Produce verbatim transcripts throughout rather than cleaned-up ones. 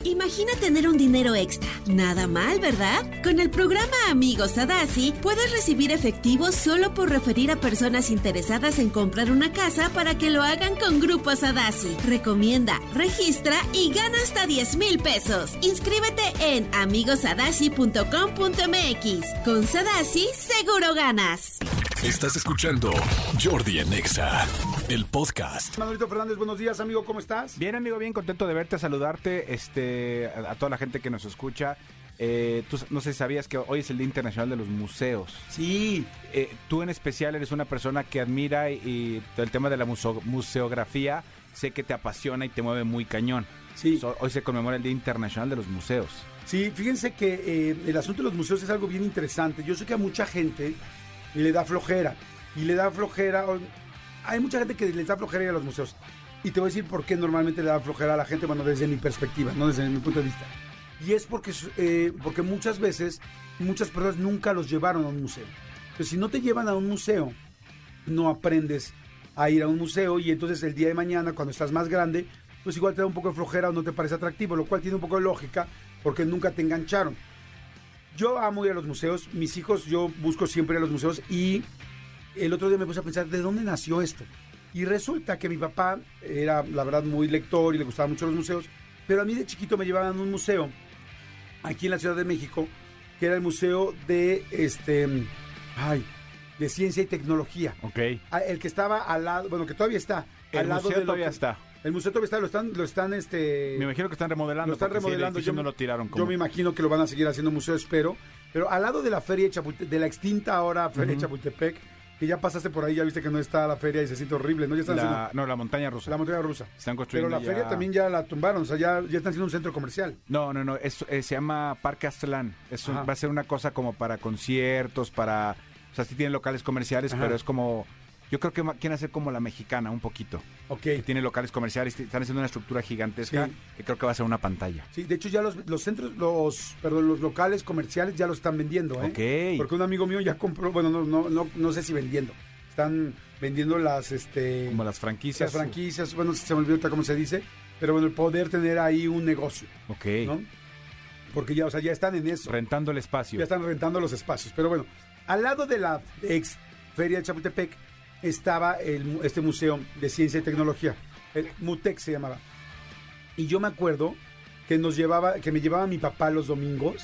Imagina tener un dinero extra. Nada mal, ¿verdad? Con el programa Amigos Sadassi puedes recibir efectivo solo por referir a personas interesadas en comprar una casa para que lo hagan con Grupo Sadassi. Recomienda, registra y gana hasta diez mil pesos. Inscríbete en amigos sadassi punto com punto m x. Con Sadassi seguro ganas. Estás escuchando Jordi en Exa, el podcast. Manolito Fernández, buenos días, amigo, ¿cómo estás? Bien, amigo, bien contento de verte, saludarte, este, a, a toda la gente que nos escucha. Eh, tú no sé si sabías que hoy es el Día Internacional de los Museos. Sí. Eh, tú en especial eres una persona que admira y, y el tema de la museo, museografía, sé que te apasiona y te mueve muy cañón. Sí. So, hoy se conmemora el Día Internacional de los Museos. Sí, fíjense que eh, el asunto de los museos es algo bien interesante. Yo sé que a mucha gente le da flojera, y le da flojera, hay mucha gente que les da flojera ir a los museos, y te voy a decir por qué normalmente le da flojera a la gente, bueno, desde mi perspectiva, no desde mi punto de vista, y es porque, eh, porque muchas veces, muchas personas nunca los llevaron a un museo. Entonces, si no te llevan a un museo, no aprendes a ir a un museo, y entonces el día de mañana, cuando estás más grande, pues igual te da un poco de flojera o no te parece atractivo, lo cual tiene un poco de lógica, porque nunca te engancharon. Yo amo ir a los museos, mis hijos, yo busco siempre ir a los museos, y el otro día me puse a pensar, ¿de dónde nació esto? Y resulta que mi papá era, la verdad, muy lector y le gustaban mucho los museos, pero a mí de chiquito me llevaban a un museo, aquí en la Ciudad de México, que era el museo de, este, ay, de ciencia y tecnología. Ok. El que estaba al lado, bueno, que todavía está. El al lado museo de todavía que, está. El museo todavía está, lo están, lo están, este... Me imagino que están remodelando. Lo están remodelando. Sí, yo, no lo tiraron como... yo me imagino que lo van a seguir haciendo museo, espero. Pero al lado de la feria de Chapultepec, de la extinta ahora feria de uh-huh. Chapultepec, que ya pasaste por ahí, ya viste que no está la feria y se siente horrible, ¿no? Ya están la, haciendo... No, la montaña rusa. La montaña rusa. Están construyendo. Pero la ya... feria también ya la tumbaron, o sea, ya, ya están haciendo un centro comercial. No, no, no, es, eh, se llama Parque Aztlán. Es un, va a ser una cosa como para conciertos, para... O sea, sí tienen locales comerciales, Ajá. pero es como... Yo creo que quieren hacer como la mexicana, un poquito. Ok. Que tiene locales comerciales, están haciendo una estructura gigantesca, sí. que creo que va a ser una pantalla. Sí, de hecho ya los, los centros, los perdón, los locales comerciales ya lo están vendiendo, ¿eh? Ok. Porque un amigo mío ya compró, bueno, no, no, no, no sé si vendiendo. Están vendiendo las, este... Como las franquicias. Las franquicias, bueno, se me olvidó ahorita cómo se dice, pero bueno, el poder tener ahí un negocio. Ok. ¿No? Porque ya, o sea, ya están en eso. Rentando el espacio. Ya están rentando los espacios. Pero bueno, al lado de la ex feria de Chapultepec, estaba el, este museo de ciencia y tecnología, el MUTEC se llamaba, y yo me acuerdo que nos llevaba, que me llevaba mi papá los domingos,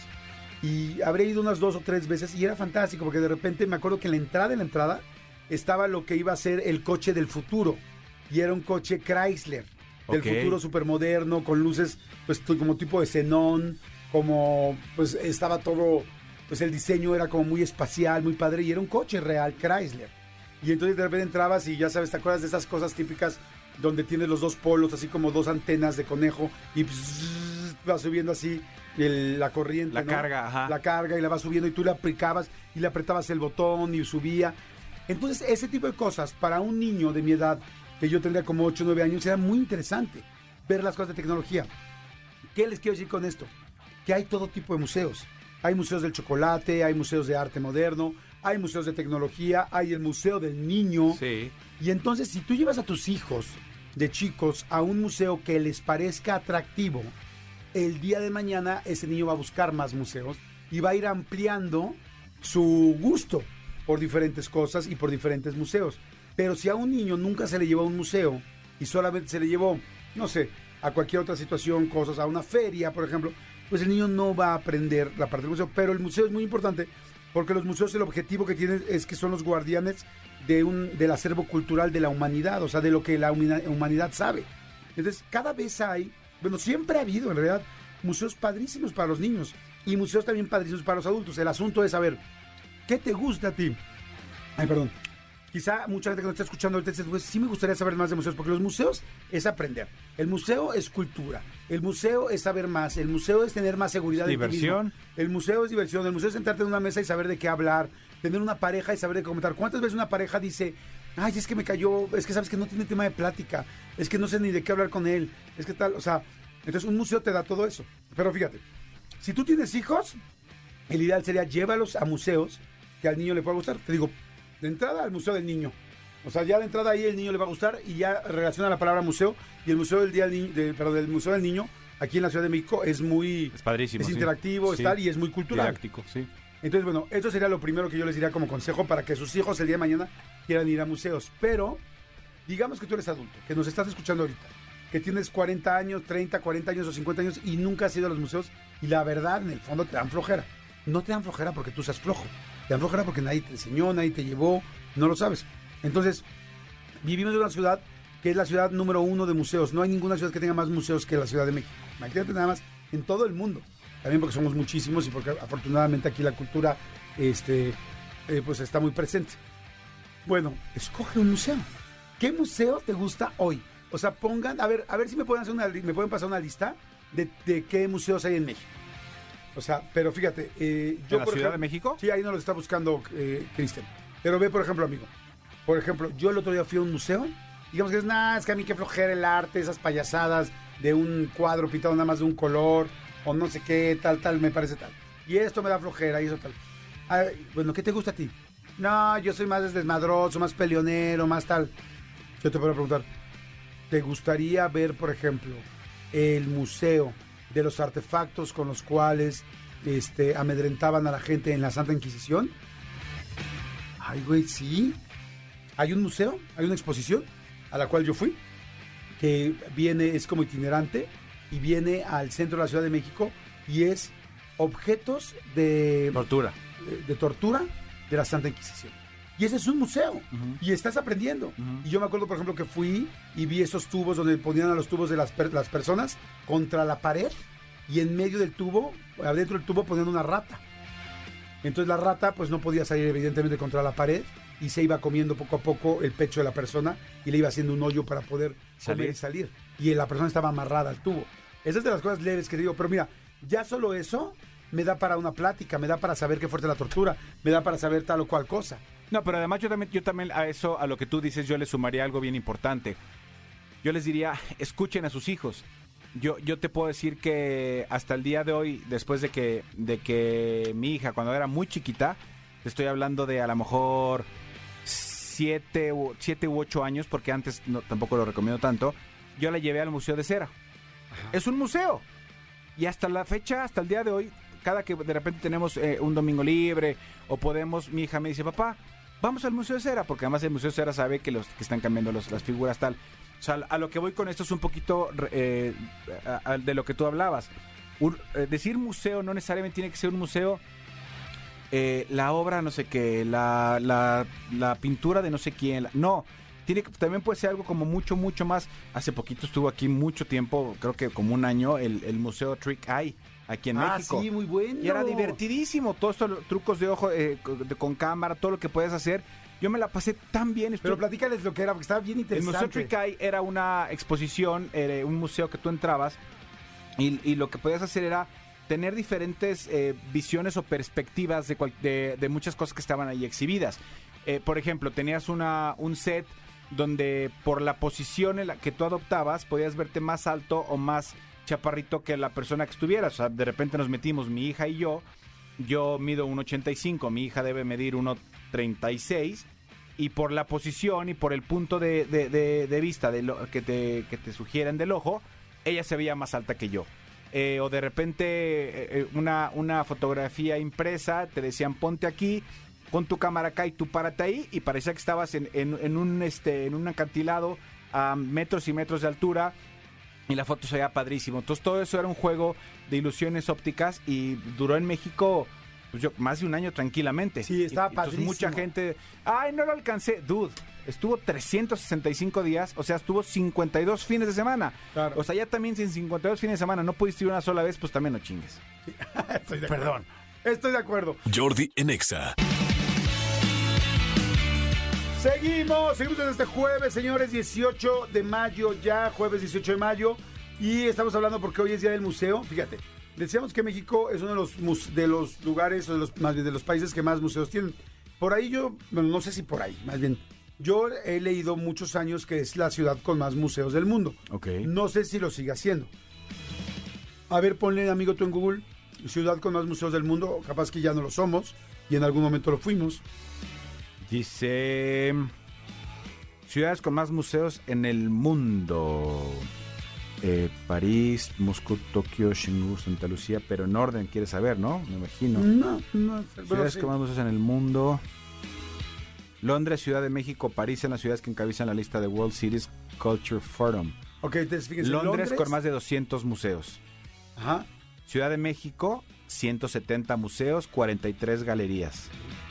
y habré ido unas dos o tres veces, y era fantástico, porque de repente me acuerdo que en la entrada, en la entrada, estaba lo que iba a ser el coche del futuro, y era un coche Chrysler, del okay. futuro supermoderno, con luces, pues como tipo de xenón, como, pues estaba todo, pues el diseño era como muy espacial, muy padre, y era un coche real Chrysler. Y entonces de repente entrabas y ya sabes, ¿te acuerdas de esas cosas típicas donde tienes los dos polos, así como dos antenas de conejo y pss, va subiendo así el, la corriente, La ¿no? carga, ajá. La carga y la va subiendo y tú le aplicabas y le apretabas el botón y subía. Entonces ese tipo de cosas para un niño de mi edad, que yo tendría como ocho o nueve años, era muy interesante ver las cosas de tecnología. ¿Qué les quiero decir con esto? Que hay todo tipo de museos. Hay museos del chocolate, hay museos de arte moderno, hay museos de tecnología, hay el museo del niño. Sí. Y entonces, si tú llevas a tus hijos de chicos a un museo que les parezca atractivo, el día de mañana ese niño va a buscar más museos y va a ir ampliando su gusto por diferentes cosas y por diferentes museos. Pero si a un niño nunca se le llevó a un museo y solamente se le llevó, no sé, a cualquier otra situación, cosas, a una feria, por ejemplo, pues el niño no va a aprender la parte del museo. Pero el museo es muy importante porque los museos, el objetivo que tienen es que son los guardianes de un, del acervo cultural de la humanidad, o sea, de lo que la humanidad sabe. Entonces, cada vez hay, bueno, siempre ha habido en realidad museos padrísimos para los niños y museos también padrísimos para los adultos. El asunto es saber, ¿qué te gusta a ti? Ay, perdón. Quizá mucha gente que nos está escuchando ahorita dice, pues sí me gustaría saber más de museos, porque los museos es aprender. El museo es cultura. El museo es saber más. El museo es tener más seguridad. Diversión. En ti mismo. El museo es diversión. El museo es sentarte en una mesa y saber de qué hablar. Tener una pareja y saber de qué comentar. ¿Cuántas veces una pareja dice, ay, es que me cayó, es que sabes que no tiene tema de plática, es que no sé ni de qué hablar con él, es que tal, o sea, entonces un museo te da todo eso. Pero fíjate, si tú tienes hijos, el ideal sería llévalos a museos que al niño le pueda gustar. Te digo, de entrada al Museo del Niño. O sea, ya de entrada ahí el niño le va a gustar y ya relaciona la palabra museo y el museo del día del niño, de, perdón, del Museo del Niño, aquí en la Ciudad de México es muy... Es padrísimo, Es sí. interactivo, Sí. es tal, y es muy cultural. Didáctico, sí. Entonces, bueno, esto sería lo primero que yo les diría como consejo para que sus hijos el día de mañana quieran ir a museos. Pero, digamos que tú eres adulto, que nos estás escuchando ahorita, que tienes cuarenta años, treinta, cuarenta años o cincuenta años y nunca has ido a los museos y la verdad, en el fondo, te dan flojera. No te dan flojera porque tú seas flojo. Te dan flojera porque nadie te enseñó, nadie te llevó, no lo sabes. Entonces, vivimos en una ciudad que es la ciudad número uno de museos. No hay ninguna ciudad que tenga más museos que la Ciudad de México. Imagínate nada más en todo el mundo. También porque somos muchísimos y porque afortunadamente aquí la cultura este, eh, pues está muy presente. Bueno, escoge un museo. ¿Qué museo te gusta hoy? O sea, pongan, a ver, a ver si me pueden hacer una, me pueden pasar una lista de, de qué museos hay en México. O sea, pero fíjate, eh, yo ¿En la por Ciudad ejemplo, de México? Sí, ahí nos lo está buscando eh, Cristian. Pero ve, por ejemplo, amigo. Por ejemplo, yo el otro día fui a un museo. Digamos que es nada, es que a mí que flojera el arte, esas payasadas de un cuadro pintado nada más de un color, o no sé qué, tal, tal, me parece tal. Y esto me da flojera y eso tal. Ay, bueno, ¿qué te gusta a ti? No, yo soy más desmadroso, más peleonero, más tal. Yo te puedo preguntar, ¿te gustaría ver, por ejemplo, el museo de los artefactos con los cuales este, amedrentaban a la gente en la Santa Inquisición? Ay, güey, sí. Hay un museo, hay una exposición a la cual yo fui, que viene, es como itinerante, y viene al centro de la Ciudad de México, y es objetos de Tortura. de, de tortura de la Santa Inquisición. Y ese es un museo, Uh-huh. y estás aprendiendo. Uh-huh. Y yo me acuerdo, por ejemplo, que fui y vi esos tubos donde ponían a los tubos de las, per- las personas contra la pared, y en medio del tubo, adentro del tubo, ponían una rata. Entonces la rata pues no podía salir evidentemente contra la pared y se iba comiendo poco a poco el pecho de la persona y le iba haciendo un hoyo para poder salir y salir. Y la persona estaba amarrada al tubo. Esas es de las cosas leves que digo, pero mira, ya solo eso me da para una plática, me da para saber qué fuerte la tortura, me da para saber tal o cual cosa. No, pero además yo también, yo también a eso, a lo que tú dices, yo le sumaría algo bien importante. Yo les diría, escuchen a sus hijos. Yo, yo te puedo decir que hasta el día de hoy, después de que, de que mi hija, cuando era muy chiquita, te estoy hablando de a lo mejor siete u, siete u ocho años, porque antes no, tampoco lo recomiendo tanto, yo la llevé al Museo de Cera. Ajá. Es un museo. Y hasta la fecha, hasta el día de hoy, cada que de repente tenemos eh, un domingo libre o podemos, mi hija me dice, papá, vamos al Museo de Cera, porque además el Museo de Cera sabe que los que están cambiando los, las figuras tal. O sea, a lo que voy con esto es un poquito eh, a, a, de lo que tú hablabas. Un, eh, decir museo no necesariamente tiene que ser un museo, eh, la obra no sé qué, la, la, la pintura de no sé quién. La, no, tiene que, también puede ser algo como mucho, mucho más. Hace poquito estuvo aquí mucho tiempo, creo que como un año, el, el Museo Trick Eye, aquí en ah, México. Sí, muy bueno. Y era divertidísimo, todos estos trucos de ojo eh, con, de, con cámara, todo lo que puedes hacer. Yo me la pasé tan bien. Pero platícales lo que era, porque estaba bien interesante. El Museo Trick Eye era una exposición, era un museo que tú entrabas y, y lo que podías hacer era tener diferentes eh, visiones o perspectivas de, cual, de, de muchas cosas que estaban ahí exhibidas. Eh, por ejemplo, tenías una, un set donde por la posición en la que tú adoptabas podías verte más alto o más chaparrito que la persona que estuvieras. O sea, de repente nos metimos, mi hija y yo. Yo mido uno ochenta y cinco, mi hija debe medir uno treinta y seis. Y por la posición y por el punto de, de, de, de vista de lo, que, te, que te sugieren del ojo, ella se veía más alta que yo. Eh, o de repente eh, una, una fotografía impresa, te decían ponte aquí, pon tu cámara acá y tú párate ahí, y parecía que estabas en, en, en, un, este, en un acantilado a metros y metros de altura, y la foto se veía padrísimo. Entonces todo eso era un juego de ilusiones ópticas y duró en México... Pues yo, más de un año tranquilamente. Sí, estaba y, padrísimo. Entonces mucha gente, ay, no lo alcancé. Dude, estuvo trescientos sesenta y cinco días, o sea, estuvo cincuenta y dos fines de semana. Claro. O sea, ya también sin cincuenta y dos fines de semana no pudiste ir una sola vez, pues también no chingues. Sí. Estoy de acuerdo. Perdón. Estoy de acuerdo. Jordi en Exa. Seguimos, seguimos en este jueves, señores, dieciocho de mayo ya, jueves dieciocho de mayo. Y estamos hablando porque hoy es Día del Museo. Fíjate. Decíamos que México es uno de los de los lugares, o de los, más bien de los países que más museos tienen. Por ahí yo, bueno, no sé si por ahí, más bien, yo he leído muchos años que es la ciudad con más museos del mundo. Ok. No sé si lo sigue haciendo. A ver, ponle, amigo, tú en Google, ciudad con más museos del mundo, capaz que ya no lo somos, y en algún momento lo fuimos. Dice, ciudades con más museos en el mundo. eh, París, Moscú, Tokio, Shanghái, Santa Lucía, pero en orden, quieres saber, ¿no? Me imagino. No, no. Ciudades Sí. que más museos en el mundo. Londres, Ciudad de México, París en las ciudades que encabezan la lista de World Cities Culture Forum. Ok, entonces fíjense. Londres, Londres con más de doscientos museos. Ajá. Ciudad de México, ciento setenta museos, cuarenta y tres galerías.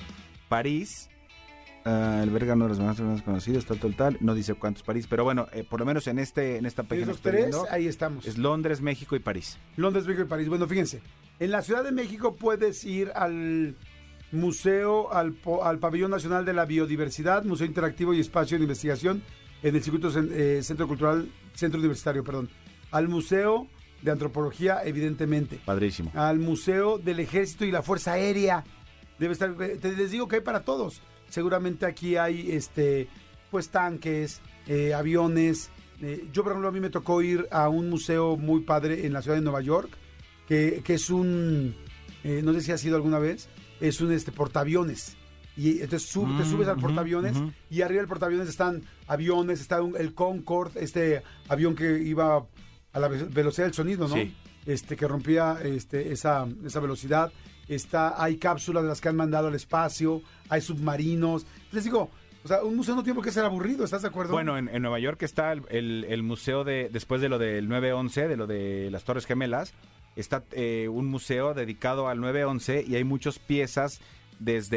París, uh, alberga uno de los más, más conocidos, tal, tal, tal. No dice cuántos París, pero bueno, eh, por lo menos en este en esta Y página que esos estoy tres, viendo, ahí estamos. es Londres, México y París. Londres, México y París. Bueno, fíjense. En la Ciudad de México puedes ir al museo, al, po- al Pabellón Nacional de la Biodiversidad, Museo Interactivo y Espacio de Investigación en el Circuito Cen- eh, Centro Cultural, Centro Universitario, perdón. Al Museo de Antropología, evidentemente. Padrísimo. Al Museo del Ejército y la Fuerza Aérea. Debe estar, te les digo que hay para todos. Seguramente aquí hay este pues tanques, eh, aviones. Eh, yo, por ejemplo, a mí me tocó ir a un museo muy padre en la ciudad de Nueva York, que, que es un, eh, no sé si has ido alguna vez, es un este portaaviones. Y entonces sub, te Mm, subes al ujú, portaaviones ujú. y arriba del portaaviones están aviones, está un- el Concorde, este avión que iba a la ve- velocidad del sonido, ¿no? Sí. Este, que rompía este, esa, esa velocidad. Está, hay cápsulas de las que han mandado al espacio, hay submarinos. Les digo, o sea, un museo no tiene por qué ser aburrido, ¿estás de acuerdo? Bueno, en, en Nueva York está el, el- el museo de, después de lo del nueve once, de lo de las Torres Gemelas, está eh, un museo dedicado al nueve once y hay muchas piezas desde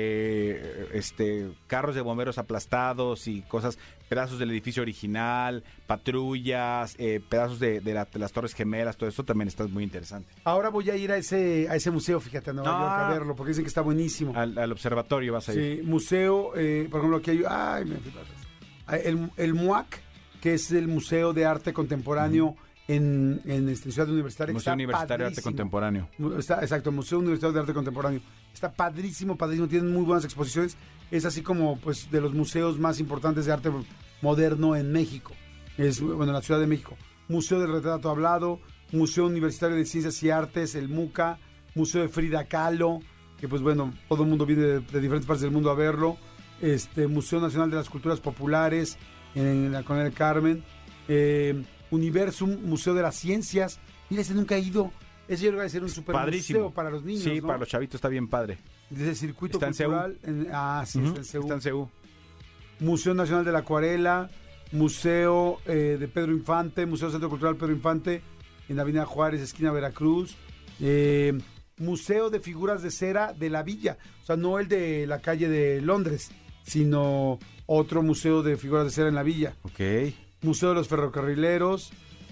eh, este carros de bomberos aplastados y cosas, pedazos del edificio original, patrullas, eh, pedazos de, de la- de las Torres Gemelas, todo eso también está muy interesante. Ahora voy a ir a ese, a ese museo, fíjate, a Nueva Ah. York a verlo, porque dicen que está buenísimo. Al, al observatorio vas a ir. Sí, museo, eh, por ejemplo, aquí hay, ay, me fui para atrás. Ah, el, el MUAC, que es el Museo de Arte Contemporáneo en, en esta ciudad universitaria. que Museo está Universitario de Arte padrísimo. Contemporáneo. Mu- Está, exacto, Museo Universitario de Arte Contemporáneo. Está padrísimo, padrísimo, tienen muy buenas exposiciones. Es así como, pues, de los museos más importantes de arte moderno en México. Es, bueno, en la Ciudad de México. Museo del Retrato Hablado, Museo Universitario de Ciencias y Artes, el MUCA, Museo de Frida Kahlo, que pues bueno, todo el mundo viene de, de diferentes partes del mundo a verlo. Este, Museo Nacional de las Culturas Populares, en la Colonia del Carmen. Eh, Universum, Museo de las Ciencias. Mira, ese nunca ha ido. Ese yo creo que va a ser un super Padrísimo. museo para los niños, Sí, ¿no? para los chavitos está bien padre. Desde el circuito Está en Ceú. cultural. en- ah, sí, Ujú, está en Ceú. Está en Ceú. Museo Nacional de la Acuarela, Museo eh, de Pedro Infante, Museo Centro Cultural Pedro Infante, en Avenida Juárez, esquina Veracruz. Eh, Museo de Figuras de Cera de la Villa. O sea, no el de la calle de Londres, sino otro museo de figuras de cera en la Villa. Ok. Museo de los Ferrocarrileros,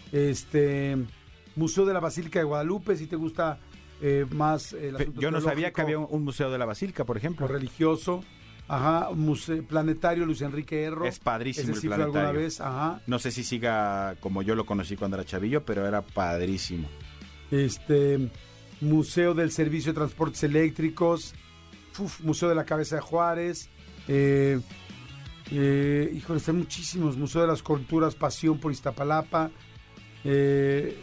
este Museo de la Basílica de Guadalupe, si te gusta eh, más el Pe- asunto Yo no sabía teológico que había un, un museo de la Basílica, por ejemplo. o religioso. Ajá, museo, Planetario Luis Enrique Erro. Es padrísimo Ese el sí fue alguna planetario. vez, ajá. No sé si siga como yo lo conocí cuando era chavillo, pero era padrísimo. Este Museo del Servicio de Transportes Eléctricos, uf, Museo de la Cabeza de Juárez, eh, eh, híjole, están muchísimos, Museo de las Culturas Pasión por Iztapalapa, eh,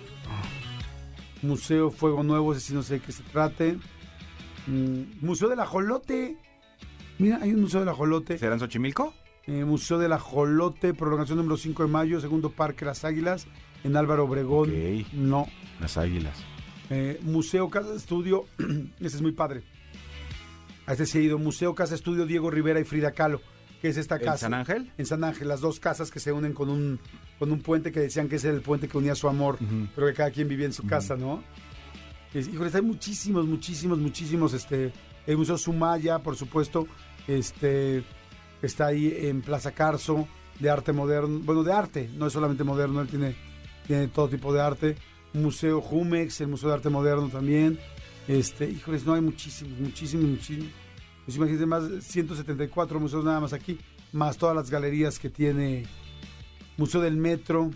Museo Fuego Nuevo, ese sí no sé de qué se trate, mm, Museo del Ajolote, mira, hay un Museo del Ajolote, ¿Será en Xochimilco? eh, Museo del Ajolote, prolongación número cinco de mayo, segundo Parque Las Águilas, en Álvaro Obregón, Ok. no. Las Águilas. Eh, Museo Casa Estudio, ese es muy padre. A este sí he ido. Museo Casa Estudio Diego Rivera y Frida Kahlo, que es esta ¿En casa. San Ángel? En San Ángel, las dos casas que se unen con un, con un puente que decían que ese era el puente que unía su amor, Ujú. pero que cada quien vivía en su casa, ¿no? Es, híjole, hay muchísimos, muchísimos, muchísimos. Este, el Museo Sumaya, por supuesto, este, está ahí en Plaza Carso, de arte moderno, bueno, de arte, no es solamente moderno, él tiene, tiene todo tipo de arte. Museo Jumex, el Museo de Arte Moderno también. Este, híjoles, no hay muchísimos, muchísimos, muchísimos. Pues imagínense, más de ciento setenta y cuatro museos nada más aquí, más todas las galerías que tiene. Museo del Metro.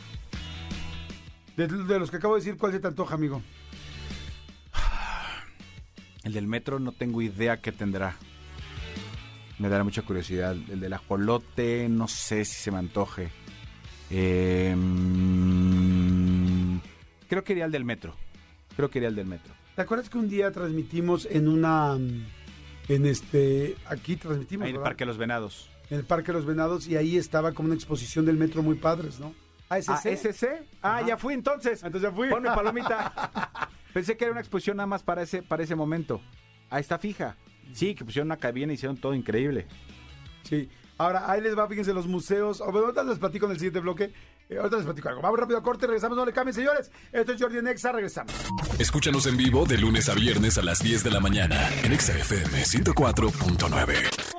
De, de los que acabo de decir, ¿cuál se te antoja, amigo? El del metro no tengo idea qué tendrá. Me dará mucha curiosidad. El del ajolote, no sé si se me antoje. Eh, mm, creo que iría al del metro. Creo que iría al del metro. ¿Te acuerdas que un día transmitimos en una... En este... Aquí transmitimos, Ahí en el ¿verdad? Parque de los Venados. En el Parque de los Venados, y ahí estaba como una exposición del metro muy padres, ¿no? ¿A ese C? ¿A ese C? Ah, Ajá. ya fui entonces. Entonces ya fui. Ponme palomita. Pensé que era una exposición nada más para ese, para ese momento. Ahí está fija. Sí, que pusieron una cabina y hicieron todo increíble. Sí. Ahora, ahí les va, fíjense, los museos. O, bueno, ahorita les platico en el siguiente bloque. Eh, ahorita les platico algo. Vamos rápido a corte, regresamos, no le cambien, señores. Esto es Jordi en Exa, regresamos. Escúchanos en vivo de lunes a viernes a las diez de la mañana en Exa F M ciento cuatro punto nueve.